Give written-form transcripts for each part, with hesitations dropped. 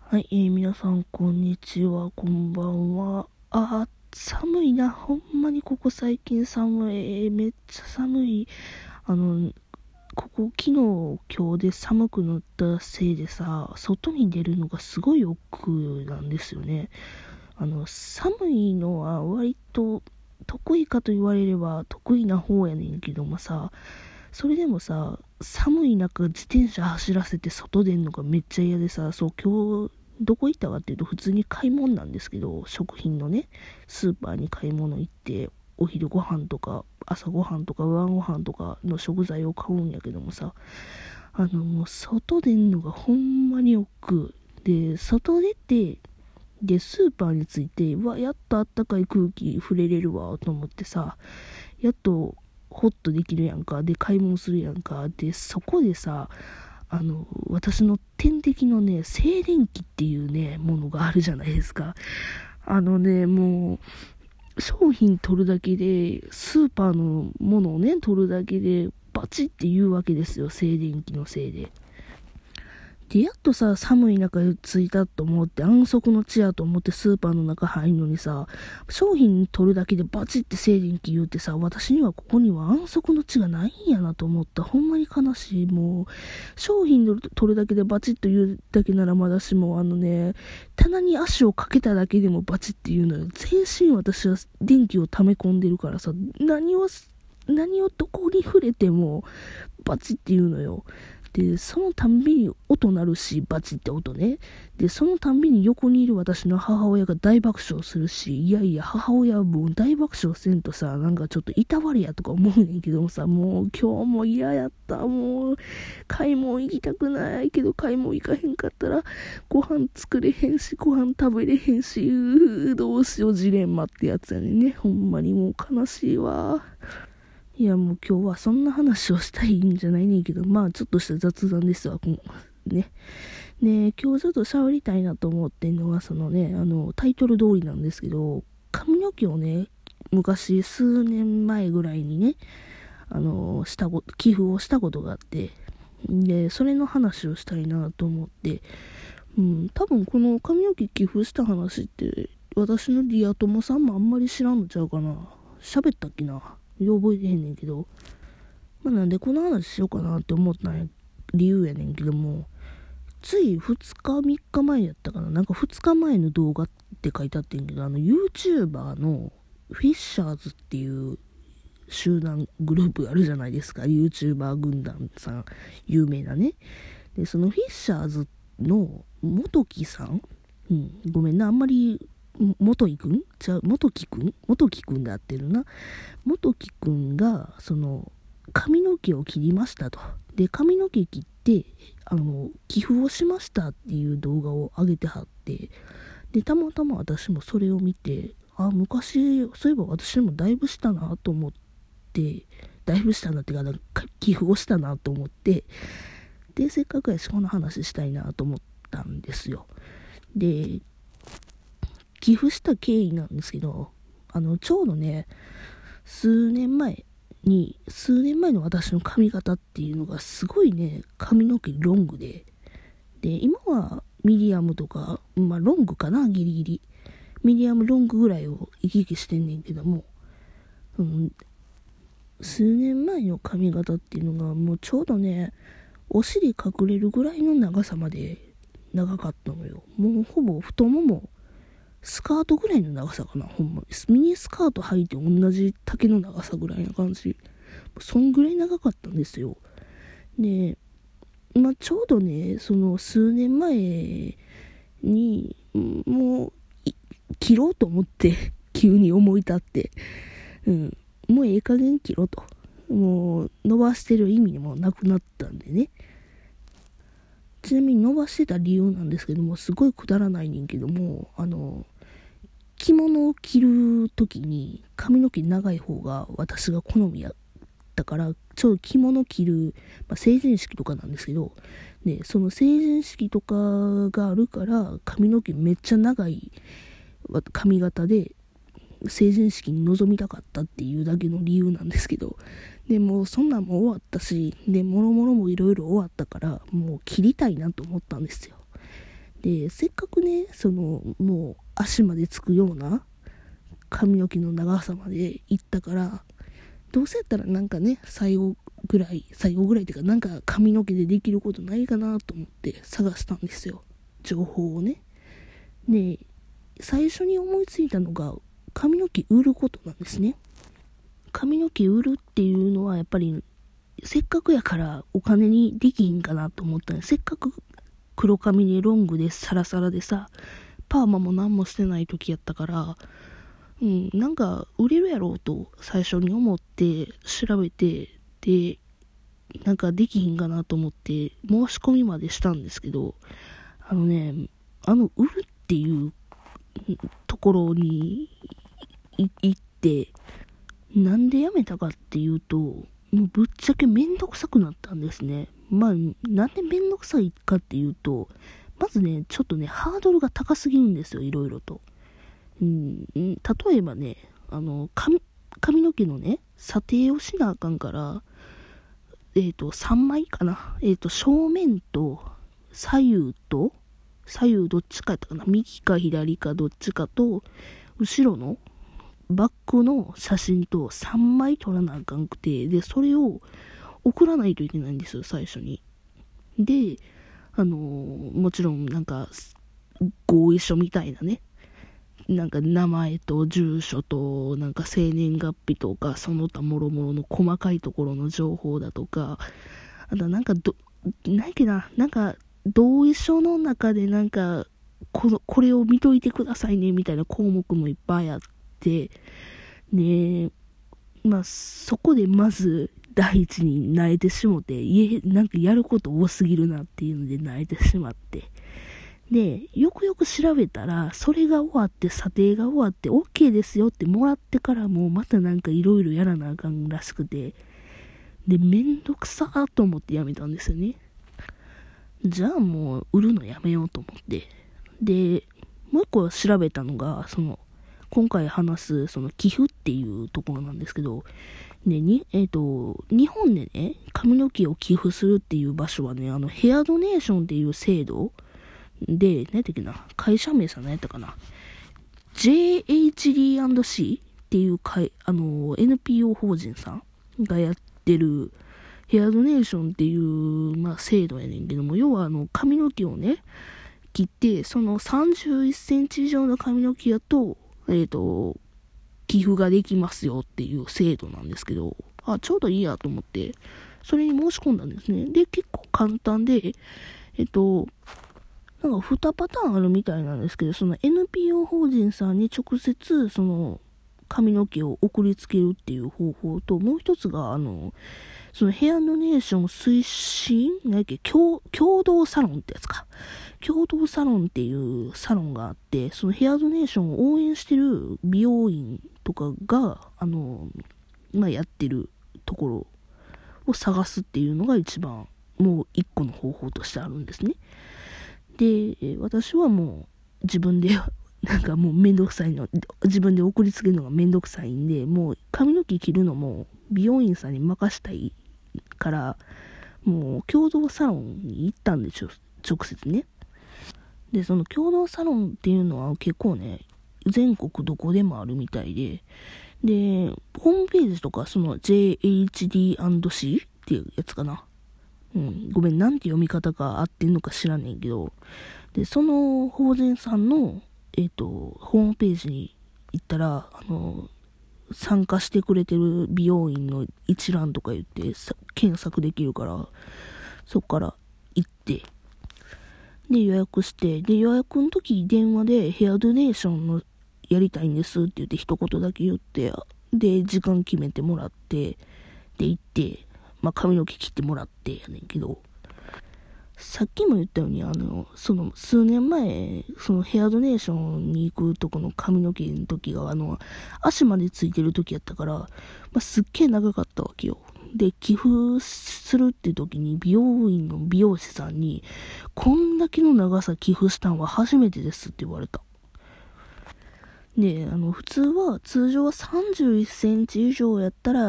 はい、皆さん、こんにちは、こんばんは。寒いな、ほんまにここ最近寒い、めっちゃ寒い。ここ昨日、今日で寒くなったせいでさ、外に出るのがすごい億劫なんですよね。寒いのは割と得意かと言われれば得意な方やねんけどもさ、それでもさ、寒い中自転車走らせて外出んのがめっちゃ嫌でさ、そう、今日どこ行ったかっていうと普通に買い物なんですけど、食品のね、スーパーに買い物行って、お昼ご飯とか朝ご飯とか晩ご飯とかの食材を買うんやけどもさ、もう外出んのがほんまに億劫で、外出て、でスーパーに着いて、やっとあったかい空気触れれるわと思ってさ、やっとホッとできるやんか。で買い物するやんか。でそこでさ、私の天敵のね、静電気っていうねものがあるじゃないですか。もう商品取るだけで、スーパーのものをね取るだけでバチって言うわけですよ、静電気のせいで。で、やっとさ、寒い中着いたと思って、安息の地やと思ってスーパーの中入るのにさ、商品取るだけでバチって静電気言うてさ、私にはここには安息の地がないんやなと思った。ほんまに悲しい。もう、商品取るだけでバチッと言うだけならまだしも、棚に足をかけただけでもバチって言うのよ。全身私は電気を溜め込んでるからさ、何をどこに触れてもバチって言うのよ。で、そのたんびに音鳴るし、バチって音ね。で、そのたんびに横にいる私の母親が大爆笑するし、いやいや、母親はもう大爆笑せんとさ、なんかちょっといたわれやとか思うねんけどもさ、もう今日も嫌やった。もう、買い物行きたくないけど、買い物行かへんかったら、ご飯作れへんし、ご飯食べれへんし、どうしようジレンマってやつやねんね。ほんまにもう悲しいわ。いや、もう今日はそんな話をしたいんじゃないねんけど、まあちょっとした雑談ですわ、ね。で、今日ちょっと喋りたいなと思ってんのは、そのね、タイトル通りなんですけど、髪の毛をね、昔、数年前ぐらいにね、寄付をしたことがあって、で、それの話をしたいなと思って、多分この髪の毛寄付した話って、私のリア友さんもあんまり知らんのちゃうかな。喋ったっけな。覚えてへんねんけど、なんでこの話しようかなって思った理由やねんけども、つい2日3日前やったかな、なんか2日前の動画って書いてあってんけど、YouTuber のフィッシャーズっていう集団グループあるじゃないですか。 YouTuber 軍団さん、有名なね。でそのフィッシャーズの元木さん、ごめんな、あんまり元木くんじゃあ元木くんで合ってるな。元木くんがその髪の毛を切りましたと。で髪の毛切って寄付をしましたっていう動画を上げてはって、でたまたま私もそれを見て、昔そういえば私もだいぶしたなと思って、だいぶしたなっていうか寄付をしたなと思って、でせっかくやしこの話したいなと思ったんですよ。で寄付した経緯なんですけど、ちょうどね、数年前の私の髪型っていうのがすごいね、髪の毛ロングで、今はミディアムとか、ロングかな、ギリギリ。ミディアムロングぐらいを行き来してんねんけども、数年前の髪型っていうのがもうちょうどね、お尻隠れるぐらいの長さまで長かったのよ。もうほぼ太ももスカートぐらいの長さかな、ほんまミニスカート履いて同じ丈の長さぐらいな感じ。そんぐらい長かったんですよ。で、ちょうどね、その数年前にもう切ろうと思って急に思い立って、もうええ加減切ろうと、もう伸ばしてる意味もなくなったんでね。ちなみに伸ばしてた理由なんですけども、すごいくだらないねんけども、着物を着るときに髪の毛長い方が私が好みやったから、ちょうど着物着る、成人式とかなんですけど、でその成人式とかがあるから髪の毛めっちゃ長い髪型で成人式に臨みたかったっていうだけの理由なんですけど、でもうそんなんも終わったし、でもろもろもいろいろ終わったから、もう切りたいなと思ったんですよ。 で、せっかくね、もう足までつくような髪の毛の長さまで行ったから、どうせやったらなんかね、最後ぐらいっていうか、なんか髪の毛でできることないかなと思って探したんですよ、情報をね。で、最初に思いついたのが髪の毛売ることなんですね。髪の毛売るっていうのはやっぱりせっかくやからお金にできひんかなと思ったんです。せっかく黒髪でロングでサラサラでさ、パーマも何もしてない時やったから、なんか売れるやろうと最初に思って調べて、で、なんかできひんかなと思って申し込みまでしたんですけど、売るっていうところに行って、なんで辞めたかっていうと、もうぶっちゃけめんどくさくなったんですね。まあ、なんでめんどくさいかっていうと、まずね、ちょっとね、ハードルが高すぎるんですよ、いろいろと。例えばね、髪の毛のね、査定をしなあかんから、3枚かな。正面と左右どっちかやったかな。右か左かどっちかと、後ろのバックの写真と3枚撮らなあかんくて、で、それを送らないといけないんですよ、最初に。で、もちろんなんか、合意書みたいなね、なんか名前と住所となんか生年月日とかその他もろもろの細かいところの情報だとか、あとなんかなんか同意書の中でなんかこれを見といてくださいねみたいな項目もいっぱいあって、ね、まあそこでまず第一に慣れてしもて、なんかやること多すぎるなっていうので慣れてしまって、で、よくよく調べたら、それが終わって、査定が終わって、OK ですよってもらってからも、またなんかいろいろやらなあかんらしくて、で、めんどくさーと思ってやめたんですよね。じゃあもう、売るのやめようと思って。で、もう一個調べたのが、今回話す、寄付っていうところなんですけど、で、日本でね、髪の毛を寄付するっていう場所はね、ヘアドネーションっていう制度、で、何やったっけな、会社名さん何やったかな、JHD&C っていうNPO 法人さんがやってるヘアドネーションっていう、まあ、制度やねんけども、要は髪の毛をね、切って、その31センチ以上の髪の毛だと、寄付ができますよっていう制度なんですけど、ちょうどいいやと思って、それに申し込んだんですね。で、結構簡単で、なんか2パターンあるみたいなんですけど、その NPO 法人さんに直接髪の毛を送りつけるっていう方法と、もう一つがそのヘアドネーション推進共同サロンってやつか。共同サロンっていうサロンがあって、そのヘアドネーションを応援してる美容院とかがやってるところを探すっていうのが一番もう一個の方法としてあるんですね。で、私はもう自分でなんかもうめんどくさいの、自分で送りつけるのがめんどくさいんで、もう髪の毛切るのも美容院さんに任したいから、もう共同サロンに行ったんですよ、直接ね。で、その共同サロンっていうのは結構ね、全国どこでもあるみたいで、で、ホームページとかその JHD&C っていうやつかな。ごめん、なんて読み方が合ってんのか知らねんけど、で、その法人さんの、ホームページに行ったら、参加してくれてる美容院の一覧とか言って検索できるから、そっから行って、で、予約して、で、予約の時電話でヘアドネーションのやりたいんですって言って一言だけ言って、で、時間決めてもらって、で、行って、まあ、髪の毛切ってもらってやねんけど、さっきも言ったように、数年前、そのヘアドネーションに行くとこの髪の毛の時が、足までついてる時やったから、まあ、すっげえ長かったわけよ。で、寄付するって時に美容院の美容師さんに、こんだけの長さ寄付したんは初めてですって言われた。で、通常は31センチ以上やったら、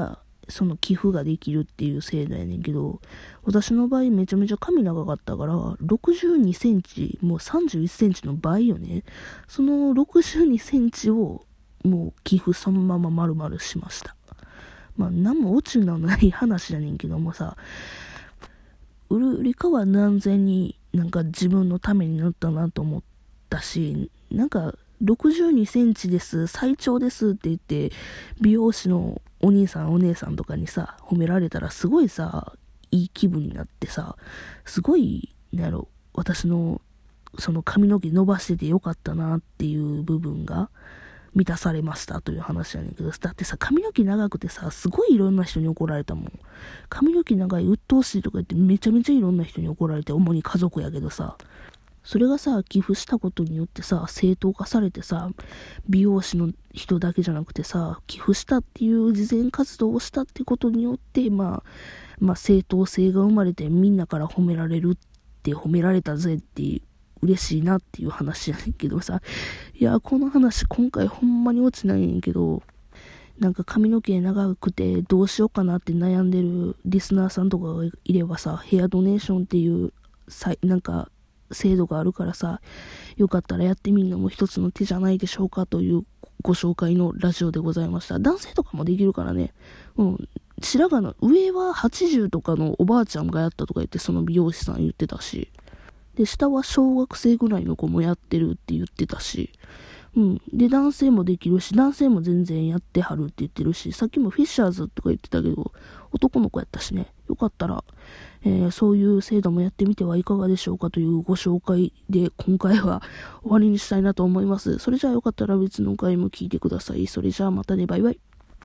その寄付ができるっていう制度やねんけど、私の場合めちゃめちゃ髪長かったから、62センチ、もう31センチの倍よね。その62センチをもう寄付そのまま丸々しました。まあ何もオチのない話やねんけどもさ、売るよりかは何千になんか自分のためになったなと思ったし、なんか62センチです、最長ですって言って、美容師のお兄さんお姉さんとかにさ、褒められたらすごいさ、いい気分になってさ、すごい、私のその髪の毛伸ばしててよかったなっていう部分が満たされましたという話やねんけど、だってさ、髪の毛長くてさ、すごいいろんな人に怒られたもん。髪の毛長い、鬱陶しいとか言ってめちゃめちゃいろんな人に怒られて、主に家族やけどさ、それがさ、寄付したことによってさ、正当化されてさ、美容師の人だけじゃなくてさ、寄付したっていう慈善活動をしたってことによって、正当性が生まれて、みんなから褒められるって褒められたぜって嬉しいなっていう話やねんけどさ、いや、この話今回ほんまに落ちないねんけど、なんか髪の毛長くてどうしようかなって悩んでるリスナーさんとかがいればさ、ヘアドネーションっていうなんか制度があるからさ、よかったらやってみるのも一つの手じゃないでしょうかというご紹介のラジオでございました。男性とかもできるからね。白髪の上は80とかのおばあちゃんがやったとか言って、その美容師さん言ってたし、で下は小学生ぐらいの子もやってるって言ってたし、で男性もできるし、男性も全然やってはるって言ってるし、さっきもフィッシャーズとか言ってたけど男の子やったしね。よかったら、そういう制度もやってみてはいかがでしょうかというご紹介で、今回は終わりにしたいなと思います。それじゃあよかったら別の回も聞いてください。それじゃあまたね、バイバイ。